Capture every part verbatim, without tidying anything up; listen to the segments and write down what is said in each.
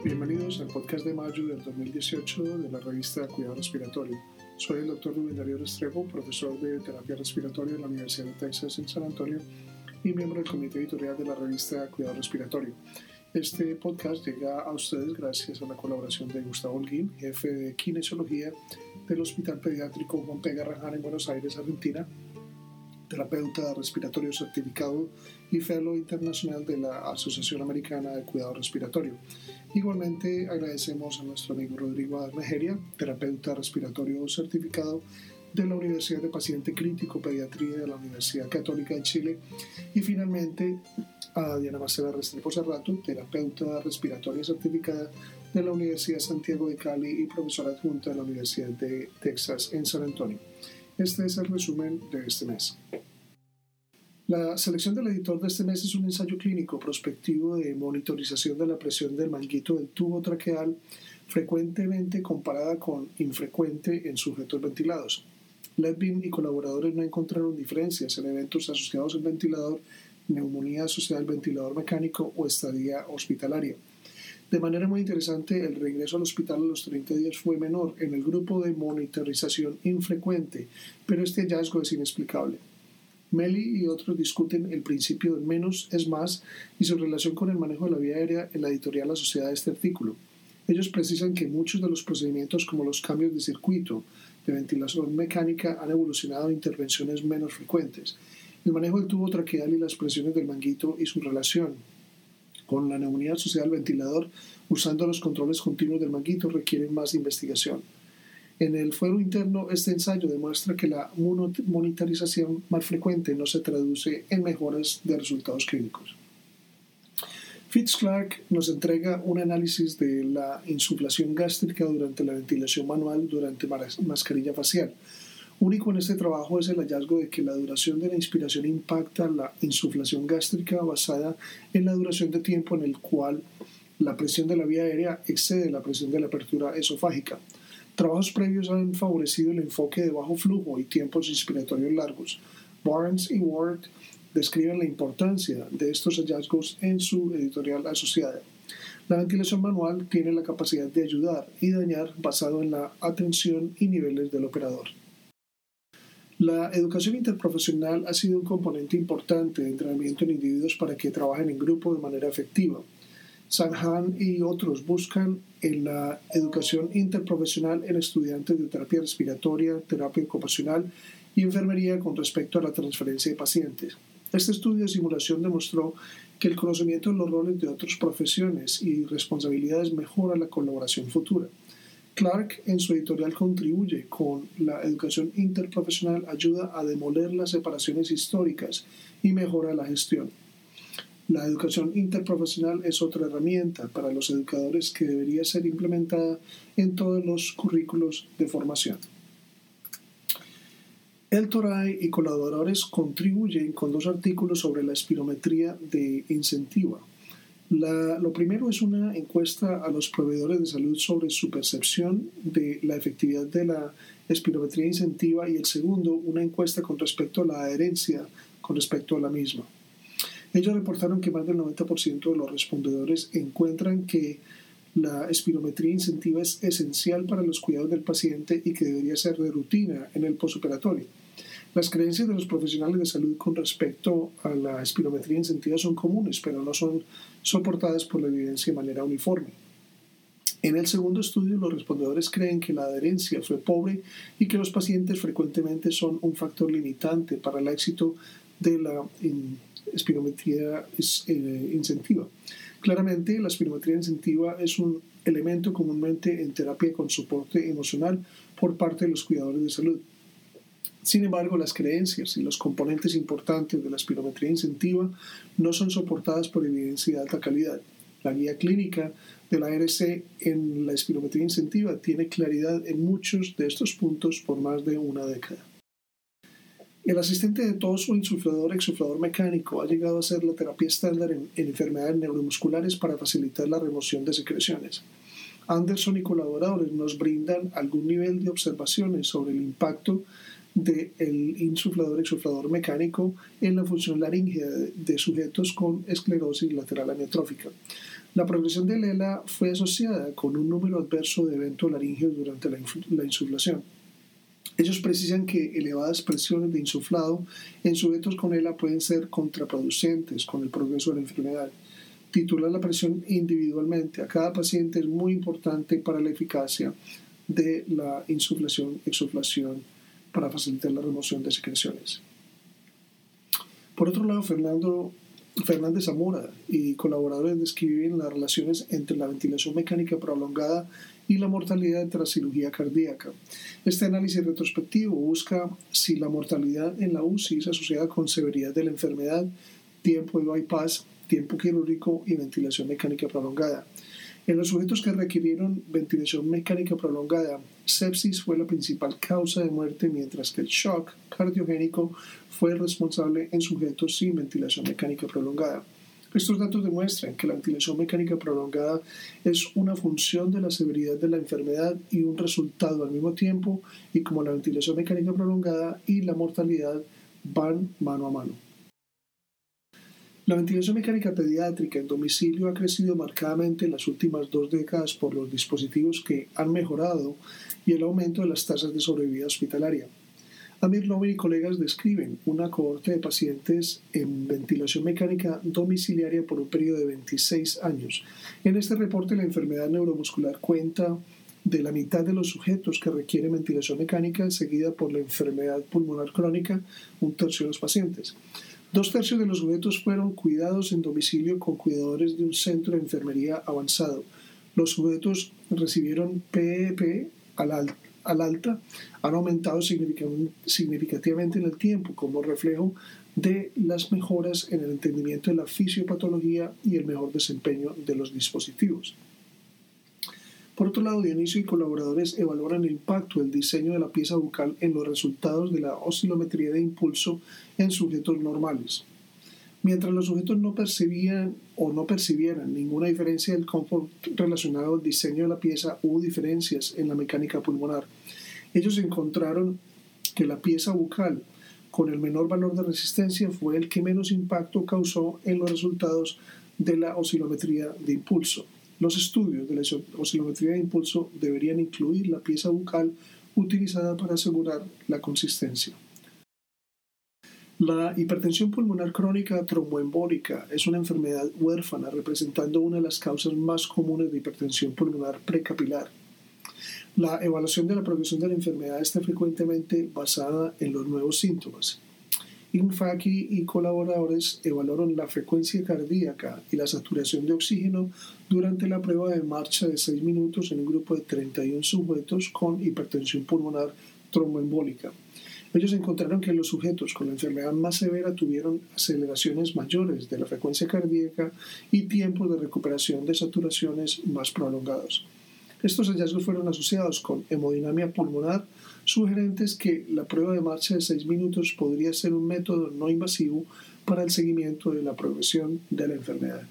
Bienvenidos al podcast de mayo del dos mil dieciocho de la revista Cuidado Respiratorio. Soy el doctor Rubén Darío Restrepo, profesor de terapia respiratoria en la Universidad de Texas en San Antonio y miembro del comité editorial de la revista Cuidado Respiratorio. Este podcast llega a ustedes gracias a la colaboración de Gustavo Holguín, jefe de kinesiología del Hospital Pediátrico Juan P. Garrahan en Buenos Aires, Argentina, terapeuta respiratorio certificado y fellow internacional de la Asociación Americana de Cuidado Respiratorio. Igualmente agradecemos a nuestro amigo Rodrigo Admejeria, terapeuta respiratorio certificado de la Universidad de Paciente Crítico Pediatría de la Universidad Católica de Chile, y finalmente a Diana Marcela Restrepo Cerrato, terapeuta respiratoria certificada de la Universidad Santiago de Cali y profesora adjunta de la Universidad de Texas en San Antonio. Este es el resumen de este mes. La selección del editor de este mes es un ensayo clínico prospectivo de monitorización de la presión del manguito del tubo traqueal, frecuentemente comparada con infrecuente en sujetos ventilados. Ledvin y colaboradores no encontraron diferencias en eventos asociados al ventilador, neumonía asociada al ventilador mecánico o estadía hospitalaria. De manera muy interesante, el regreso al hospital a los treinta días fue menor en el grupo de monitorización infrecuente, pero este hallazgo es inexplicable. Meli y otros discuten el principio de menos es más y su relación con el manejo de la vía aérea en la editorial asociada a este artículo. Ellos precisan que muchos de los procedimientos como los cambios de circuito de ventilación mecánica han evolucionado a intervenciones menos frecuentes. El manejo del tubo traqueal y las presiones del manguito y su relación con la neumonía asociada al ventilador usando los controles continuos del manguito requieren más investigación. En el fuero interno, este ensayo demuestra que la monitorización más frecuente no se traduce en mejoras de resultados clínicos. Fitz-Clark nos entrega un análisis de la insuflación gástrica durante la ventilación manual durante mascarilla facial. Único en este trabajo es el hallazgo de que la duración de la inspiración impacta la insuflación gástrica basada en la duración de tiempo en el cual la presión de la vía aérea excede la presión de la apertura esofágica. Trabajos previos han favorecido el enfoque de bajo flujo y tiempos inspiratorios largos. Barnes y Ward describen la importancia de estos hallazgos en su editorial asociada. La ventilación manual tiene la capacidad de ayudar y dañar basado en la atención y niveles del operador. La educación interprofesional ha sido un componente importante de entrenamiento en individuos para que trabajen en grupo de manera efectiva. Sanhan y otros buscan en la educación interprofesional en estudiantes de terapia respiratoria, terapia ocupacional y enfermería con respecto a la transferencia de pacientes. Este estudio de simulación demostró que el conocimiento de los roles de otras profesiones y responsabilidades mejora la colaboración futura. Clark, en su editorial, contribuye con la educación interprofesional, ayuda a demoler las separaciones históricas y mejora la gestión. La educación interprofesional es otra herramienta para los educadores que debería ser implementada en todos los currículos de formación. El Toray y colaboradores contribuyen con dos artículos sobre la espirometría de incentiva. La, lo primero es una encuesta a los proveedores de salud sobre su percepción de la efectividad de la espirometría incentiva, y el segundo, una encuesta con respecto a la adherencia con respecto a la misma. Ellos reportaron que más del noventa por ciento de los respondedores encuentran que la espirometría incentiva es esencial para los cuidados del paciente y que debería ser de rutina en el postoperatorio. Las creencias de los profesionales de salud con respecto a la espirometría incentiva son comunes, pero no son soportadas por la evidencia de manera uniforme. En el segundo estudio, los respondedores creen que la adherencia fue pobre y que los pacientes frecuentemente son un factor limitante para el éxito de la espirometría incentiva. Claramente, la espirometría incentiva es un elemento comúnmente en terapia con soporte emocional por parte de los cuidadores de salud. Sin embargo, las creencias y los componentes importantes de la espirometría incentiva no son soportadas por evidencia de alta calidad. La guía clínica de la A R C en la espirometría incentiva tiene claridad en muchos de estos puntos por más de una década. El asistente de tos o insuflador exuflador mecánico ha llegado a ser la terapia estándar en, en enfermedades neuromusculares para facilitar la remoción de secreciones. Anderson y colaboradores nos brindan algún nivel de observaciones sobre el impacto del insuflador exuflador mecánico en la función laríngea de sujetos con esclerosis lateral amiotrófica. La progresión del E L A fue asociada con un número adverso de eventos laringeos durante la, la insuflación. Ellos precisan que elevadas presiones de insuflado en sujetos con E L A pueden ser contraproducentes con el progreso de la enfermedad. Titular la presión individualmente a cada paciente es muy importante para la eficacia de la insuflación-exuflación para facilitar la remoción de secreciones. Por otro lado, Fernando Fernández Zamora y colaboradores describen las relaciones entre la ventilación mecánica prolongada y la mortalidad tras cirugía cardíaca. Este análisis retrospectivo busca si la mortalidad en la U C I es asociada con severidad de la enfermedad, tiempo de bypass, tiempo quirúrgico y ventilación mecánica prolongada. En los sujetos que requirieron ventilación mecánica prolongada, sepsis fue la principal causa de muerte, mientras que el shock cardiogénico fue el responsable en sujetos sin ventilación mecánica prolongada. Estos datos demuestran que la ventilación mecánica prolongada es una función de la severidad de la enfermedad y un resultado al mismo tiempo, y como la ventilación mecánica prolongada y la mortalidad van mano a mano. La ventilación mecánica pediátrica en domicilio ha crecido marcadamente en las últimas dos décadas por los dispositivos que han mejorado y el aumento de las tasas de sobrevida hospitalaria. Amir Loven y colegas describen una cohorte de pacientes en ventilación mecánica domiciliaria por un periodo de veintiséis años. En este reporte, la enfermedad neuromuscular cuenta de la mitad de los sujetos que requieren ventilación mecánica, seguida por la enfermedad pulmonar crónica, un tercio de los pacientes. Dos tercios de los sujetos fueron cuidados en domicilio con cuidadores de un centro de enfermería avanzado. Los sujetos recibieron P E P al, al, al alta han aumentado significativamente en el tiempo como reflejo de las mejoras en el entendimiento de la fisiopatología y el mejor desempeño de los dispositivos. Por otro lado, Dionisio y colaboradores evaluaron el impacto del diseño de la pieza bucal en los resultados de la oscilometría de impulso en sujetos normales. Mientras los sujetos no percibían o no percibieran ninguna diferencia del confort relacionado al diseño de la pieza, hubo diferencias en la mecánica pulmonar. Ellos encontraron que la pieza bucal con el menor valor de resistencia fue el que menos impacto causó en los resultados de la oscilometría de impulso. Los estudios de la oscilometría de impulso deberían incluir la pieza bucal utilizada para asegurar la consistencia. La hipertensión pulmonar crónica tromboembólica es una enfermedad huérfana representando una de las causas más comunes de hipertensión pulmonar precapilar. La evaluación de la progresión de la enfermedad está frecuentemente basada en los nuevos síntomas. Infaki y colaboradores evaluaron la frecuencia cardíaca y la saturación de oxígeno durante la prueba de marcha de seis minutos en un grupo de treinta y uno sujetos con hipertensión pulmonar tromboembólica. Ellos encontraron que los sujetos con la enfermedad más severa tuvieron aceleraciones mayores de la frecuencia cardíaca y tiempos de recuperación de saturaciones más prolongados. Estos hallazgos fueron asociados con hemodinamia pulmonar, sugerentes que la prueba de marcha de seis minutos podría ser un método no invasivo para el seguimiento de la progresión de la enfermedad.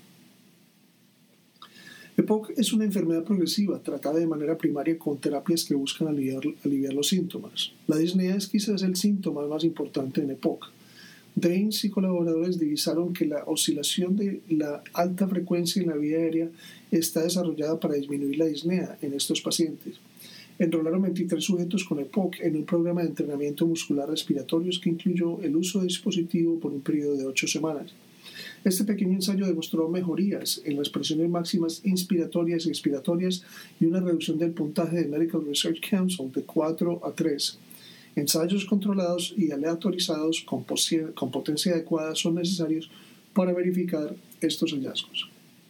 E P O C es una enfermedad progresiva tratada de manera primaria con terapias que buscan aliviar, aliviar los síntomas. La disnea es quizás el síntoma más importante en E P O C. Daines y colaboradores divisaron que la oscilación de la alta frecuencia en la vía aérea está desarrollada para disminuir la disnea en estos pacientes. Enrolaron veintitrés sujetos con E P O C en un programa de entrenamiento muscular respiratorios que incluyó el uso de dispositivo por un periodo de ocho semanas. Este pequeño ensayo demostró mejorías en las presiones máximas inspiratorias y expiratorias y una reducción del puntaje de Medical Research Council de cuatro a tres. Ensayos controlados y aleatorizados con, con potencia adecuada son necesarios para verificar estos hallazgos.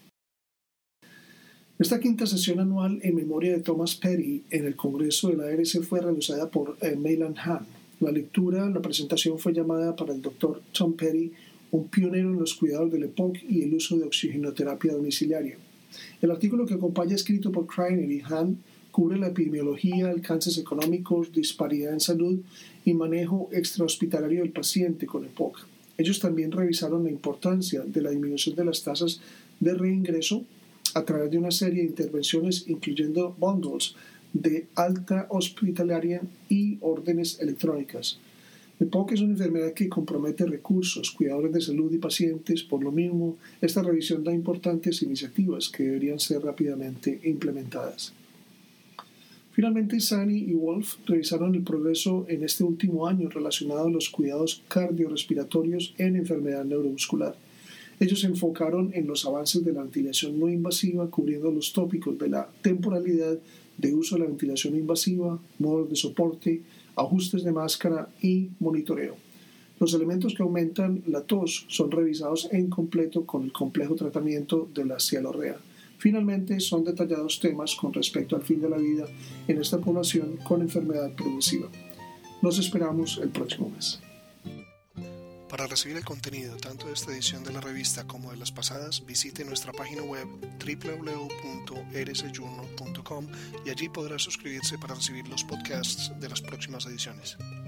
Esta quinta sesión anual en memoria de Thomas Petty en el Congreso de la A R C fue realizada por eh, Maylan Han. La lectura, la presentación fue llamada para el doctor Tom Petty, un pionero en los cuidados del E P O C y el uso de oxigenoterapia domiciliaria. El artículo que acompaña, escrito por Kreiner y Han, cubre la epidemiología, alcances económicos, disparidad en salud y manejo extrahospitalario del paciente con E P O C. Ellos también revisaron la importancia de la disminución de las tasas de reingreso a través de una serie de intervenciones, incluyendo bundles de alta hospitalaria y órdenes electrónicas. E P O C es una enfermedad que compromete recursos, cuidadores de salud y pacientes. Por lo mismo, esta revisión da importantes iniciativas que deberían ser rápidamente implementadas. Finalmente, Sani y Wolf revisaron el progreso en este último año relacionado a los cuidados cardiorrespiratorios en enfermedad neuromuscular. Ellos se enfocaron en los avances de la ventilación no invasiva, cubriendo los tópicos de la temporalidad de uso de la ventilación invasiva, modos de soporte, ajustes de máscara y monitoreo. Los elementos que aumentan la tos son revisados en completo con el complejo tratamiento de la cialorrea. Finalmente, son detallados temas con respecto al fin de la vida en esta población con enfermedad progresiva. Los esperamos el próximo mes. Para recibir el contenido tanto de esta edición de la revista como de las pasadas, visite nuestra página web doble u doble u doble u punto eres journal punto com y allí podrá suscribirse para recibir los podcasts de las próximas ediciones.